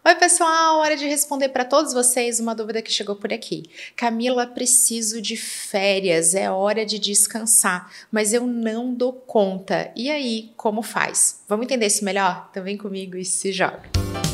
Oi, pessoal! Hora de responder para todos vocês uma dúvida que chegou por aqui. Camila, preciso de férias, é hora de descansar, mas eu não dou conta. E aí, como faz? Vamos entender isso melhor? Então vem comigo e se joga.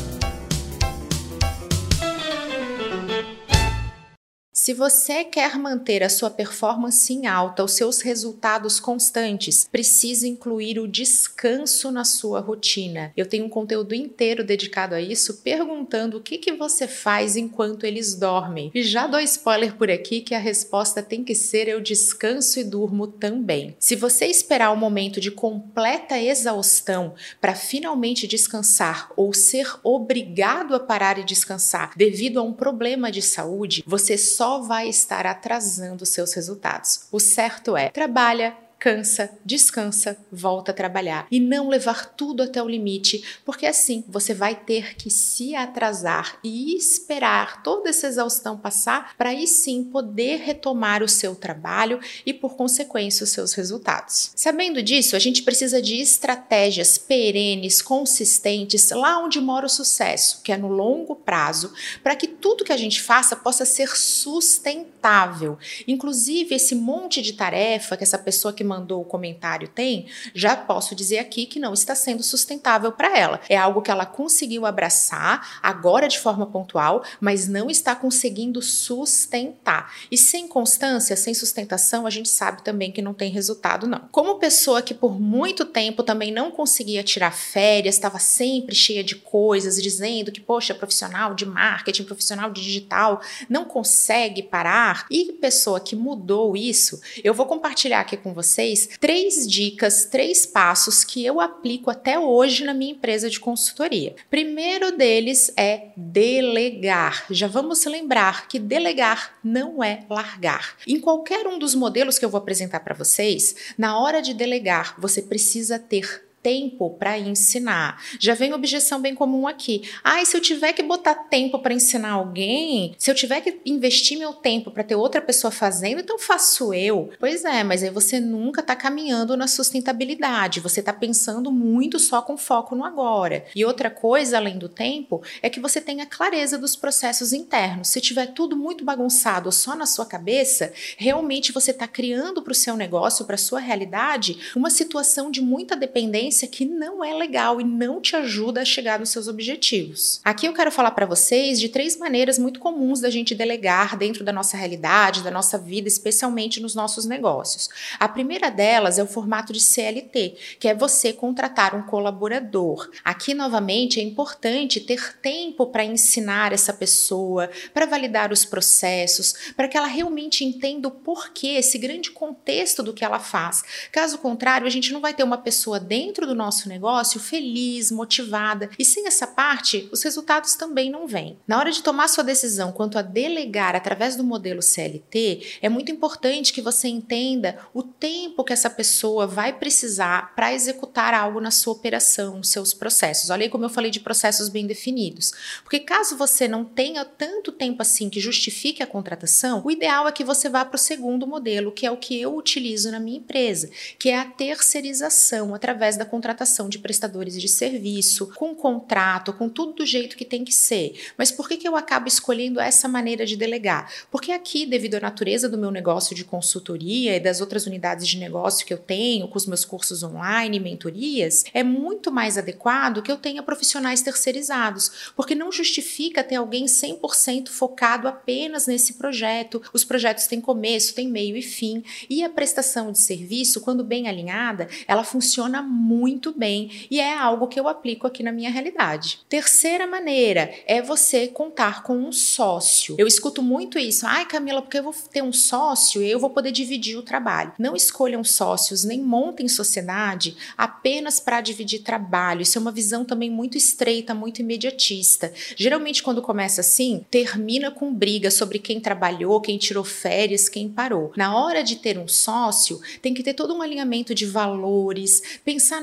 Se você quer manter a sua performance em alta, os seus resultados constantes, precisa incluir o descanso na sua rotina. Eu tenho um conteúdo inteiro dedicado a isso, perguntando o que você faz enquanto eles dormem. E já dou spoiler por aqui que a resposta tem que ser: eu descanso e durmo também. Se você esperar um momento de completa exaustão para finalmente descansar ou ser obrigado a parar e descansar devido a um problema de saúde, você só vai estar atrasando seus resultados. O certo é: trabalha, cansa, descansa, volta a trabalhar e não levar tudo até o limite, porque assim você vai ter que se atrasar e esperar toda essa exaustão passar para aí sim poder retomar o seu trabalho e, por consequência, os seus resultados. Sabendo disso, a gente precisa de estratégias perenes, consistentes, lá onde mora o sucesso, que é no longo prazo, para que tudo que a gente faça possa ser sustentável. Inclusive, esse monte de tarefa que essa pessoa que mandou o comentário tem, já posso dizer aqui que não está sendo sustentável para ela. É algo que ela conseguiu abraçar agora de forma pontual, mas não está conseguindo sustentar. E sem constância, sem sustentação, a gente sabe também que não tem resultado, não. Como pessoa que por muito tempo também não conseguia tirar férias, estava sempre cheia de coisas, dizendo que, poxa, profissional de marketing, profissional de digital, não consegue parar, e pessoa que mudou isso, eu vou compartilhar aqui com vocês 3 dicas, 3 passos que eu aplico até hoje na minha empresa de consultoria. Primeiro deles é delegar. Já vamos lembrar que delegar não é largar. Em qualquer um dos modelos que eu vou apresentar para vocês, na hora de delegar, você precisa ter tempo para ensinar. Já vem objeção bem comum aqui. E se eu tiver que botar tempo para ensinar alguém, se eu tiver que investir meu tempo para ter outra pessoa fazendo, então faço eu. Pois é, mas aí você nunca está caminhando na sustentabilidade. Você está pensando muito só com foco no agora. E outra coisa, além do tempo, é que você tenha clareza dos processos internos. Se tiver tudo muito bagunçado só na sua cabeça, realmente você está criando para o seu negócio, para a sua realidade, uma situação de muita dependência que não é legal e não te ajuda a chegar nos seus objetivos. Aqui eu quero falar para vocês de 3 maneiras muito comuns da gente delegar dentro da nossa realidade, da nossa vida, especialmente nos nossos negócios. A primeira delas é o formato de CLT, que é você contratar um colaborador. Aqui, novamente, é importante ter tempo para ensinar essa pessoa, para validar os processos, para que ela realmente entenda o porquê, esse grande contexto do que ela faz. Caso contrário, a gente não vai ter uma pessoa dentro do nosso negócio feliz, motivada, e sem essa parte, os resultados também não vêm. Na hora de tomar sua decisão quanto a delegar através do modelo CLT, é muito importante que você entenda o tempo que essa pessoa vai precisar para executar algo na sua operação, nos seus processos. Olha aí como eu falei de processos bem definidos. Porque caso você não tenha tanto tempo assim que justifique a contratação, o ideal é que você vá para o segundo modelo, que é o que eu utilizo na minha empresa, que é a terceirização através da contratação de prestadores de serviço, com contrato, com tudo do jeito que tem que ser. Mas por que eu acabo escolhendo essa maneira de delegar? Porque aqui, devido à natureza do meu negócio de consultoria e das outras unidades de negócio que eu tenho, com os meus cursos online e mentorias, é muito mais adequado que eu tenha profissionais terceirizados, porque não justifica ter alguém 100% focado apenas nesse projeto. Os projetos têm começo, têm meio e fim, e a prestação de serviço, quando bem alinhada, ela funciona muito bem e é algo que eu aplico aqui na minha realidade. Terceira maneira é você contar com um sócio. Eu escuto muito isso. Camila, porque eu vou ter um sócio e eu vou poder dividir o trabalho. Não escolham sócios, nem montem sociedade apenas para dividir trabalho. Isso é uma visão também muito estreita, muito imediatista. Geralmente, quando começa assim, termina com briga sobre quem trabalhou, quem tirou férias, quem parou. Na hora de ter um sócio, tem que ter todo um alinhamento de valores, pensar na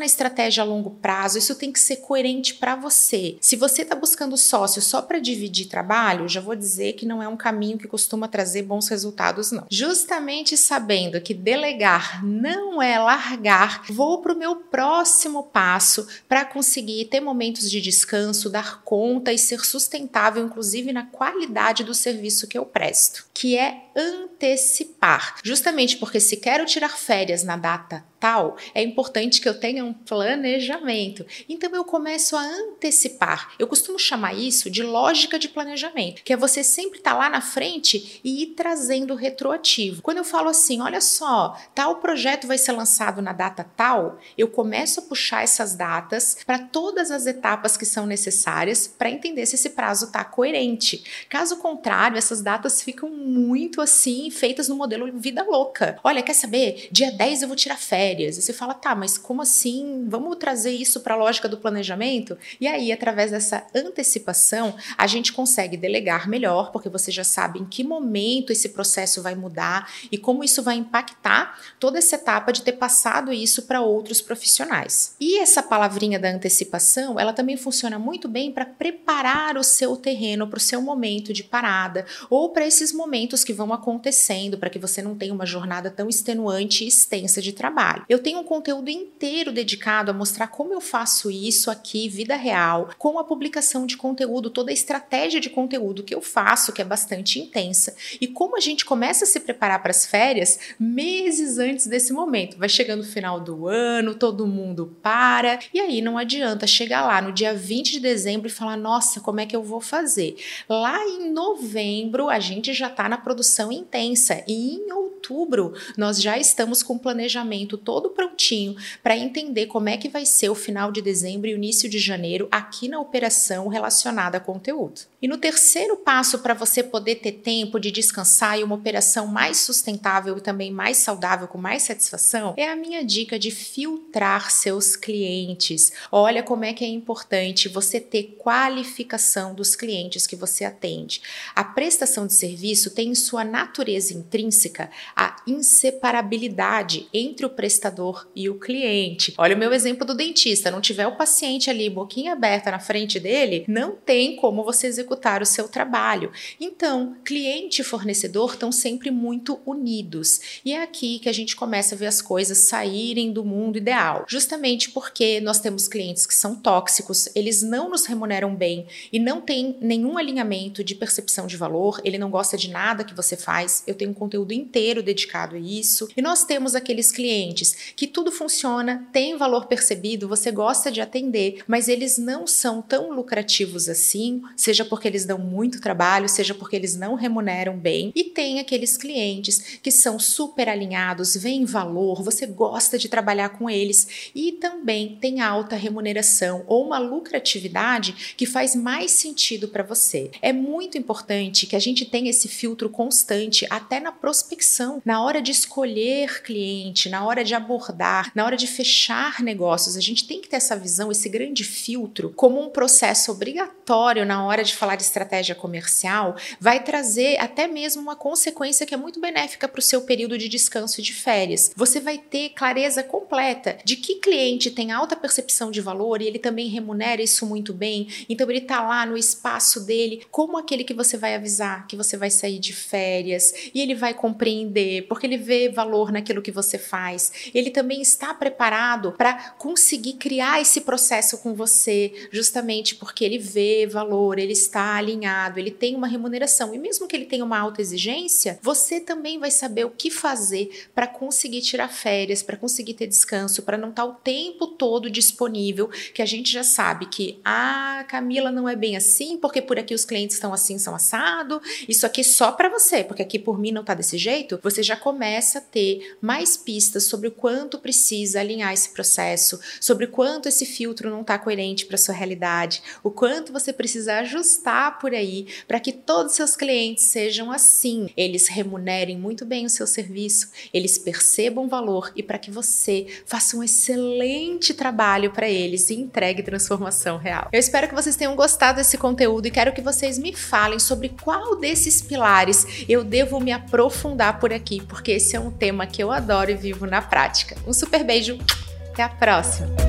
na estratégia a longo prazo, isso tem que ser coerente para você. Se você está buscando sócio só para dividir trabalho, já vou dizer que não é um caminho que costuma trazer bons resultados, não. Justamente sabendo que delegar não é largar, vou para o meu próximo passo para conseguir ter momentos de descanso, dar conta e ser sustentável, inclusive na qualidade do serviço que eu presto, que é antecipar. Justamente porque se quero tirar férias na data tal, é importante que eu tenha um planejamento. Então eu começo a antecipar. Eu costumo chamar isso de lógica de planejamento, que é você sempre estar lá na frente e ir trazendo retroativo. Quando eu falo assim, olha só, tal projeto vai ser lançado na data tal, eu começo a puxar essas datas para todas as etapas que são necessárias para entender se esse prazo está coerente. Caso contrário, essas datas ficam muito assim, feitas no modelo vida louca. Olha, quer saber? Dia 10 eu vou tirar férias. E você fala, tá, mas como assim? Vamos trazer isso para a lógica do planejamento? E aí, através dessa antecipação, a gente consegue delegar melhor, porque você já sabe em que momento esse processo vai mudar e como isso vai impactar toda essa etapa de ter passado isso para outros profissionais. E essa palavrinha da antecipação, ela também funciona muito bem para preparar o seu terreno para o seu momento de parada ou para esses momentos que vão acontecendo, para que você não tenha uma jornada tão extenuante e extensa de trabalho. Eu tenho um conteúdo inteiro dedicado a mostrar como eu faço isso aqui, vida real, com a publicação de conteúdo, toda a estratégia de conteúdo que eu faço, que é bastante intensa, e como a gente começa a se preparar para as férias meses antes desse momento. Vai chegando o final do ano, todo mundo para, e aí não adianta chegar lá no dia 20 de dezembro e falar, nossa, como é que eu vou fazer? Lá em novembro, a gente já está na produção intensa, e em outubro, nós já estamos com o planejamento todo prontinho para entender como é que vai ser o final de dezembro e o início de janeiro aqui na operação relacionada a conteúdo. E no terceiro passo para você poder ter tempo de descansar e uma operação mais sustentável e também mais saudável, com mais satisfação, é a minha dica de filtrar seus clientes. Olha como é que é importante você ter qualificação dos clientes que você atende. A prestação de serviço tem em sua natureza intrínseca a inseparabilidade entre o prestador e o cliente. Olha o meu exemplo do dentista, não tiver o paciente ali, boquinha aberta na frente dele, não tem como você executar o seu trabalho. Então, cliente e fornecedor estão sempre muito unidos. E é aqui que a gente começa a ver as coisas saírem do mundo ideal. Justamente porque nós temos clientes que são tóxicos, eles não nos remuneram bem e não tem nenhum alinhamento de percepção de valor, ele não gosta de nada que você faz. Eu tenho um conteúdo inteiro dedicado a isso. E nós temos aqueles clientes que tudo funciona, tem valor percebido, você gosta de atender, mas eles não são tão lucrativos assim, seja porque eles dão muito trabalho, seja porque eles não remuneram bem. E tem aqueles clientes que são super alinhados, veem valor, você gosta de trabalhar com eles e também tem alta remuneração ou uma lucratividade que faz mais sentido para você. É muito importante que a gente tenha esse filtro constante até na prospecção, na hora de escolher cliente, na hora de abordar, na hora de fechar negócios. A gente tem que ter essa visão, esse grande filtro, como um processo obrigatório na hora de falar de estratégia comercial, vai trazer até mesmo uma consequência que é muito benéfica para o seu período de descanso e de férias. Você vai ter clareza completa de que cliente tem alta percepção de valor e ele também remunera isso muito bem, então ele está lá no espaço dele, como aquele que você vai avisar que você vai sair de férias e ele vai compreender, porque ele vê valor naquilo que você faz. Ele também está preparado para conseguir criar esse processo com você, justamente porque ele vê valor, ele está alinhado, ele tem uma remuneração. E mesmo que ele tenha uma alta exigência, você também vai saber o que fazer para conseguir tirar férias, para conseguir ter descanso, para não estar o tempo todo disponível, que a gente já sabe que Camila, não é bem assim, porque por aqui os clientes estão assim, são assado, isso aqui só para você, porque aqui por mim não tá desse jeito. Você já começa a ter mais pistas sobre o quanto precisa alinhar esse processo, sobre o quanto esse filtro não tá coerente para sua realidade, o quanto você precisa ajustar por aí para que todos os seus clientes sejam assim, eles remunerem muito bem o seu serviço, eles percebam valor e para que você faça um excelente trabalho para eles e entregue transformação real. Eu espero que vocês tenham gostado desse conteúdo e quero que vocês me falem sobre qual desses pilares eu devo me aprofundar por aqui, porque esse é um tema que eu adoro e vivo na prática. Um super beijo, até a próxima!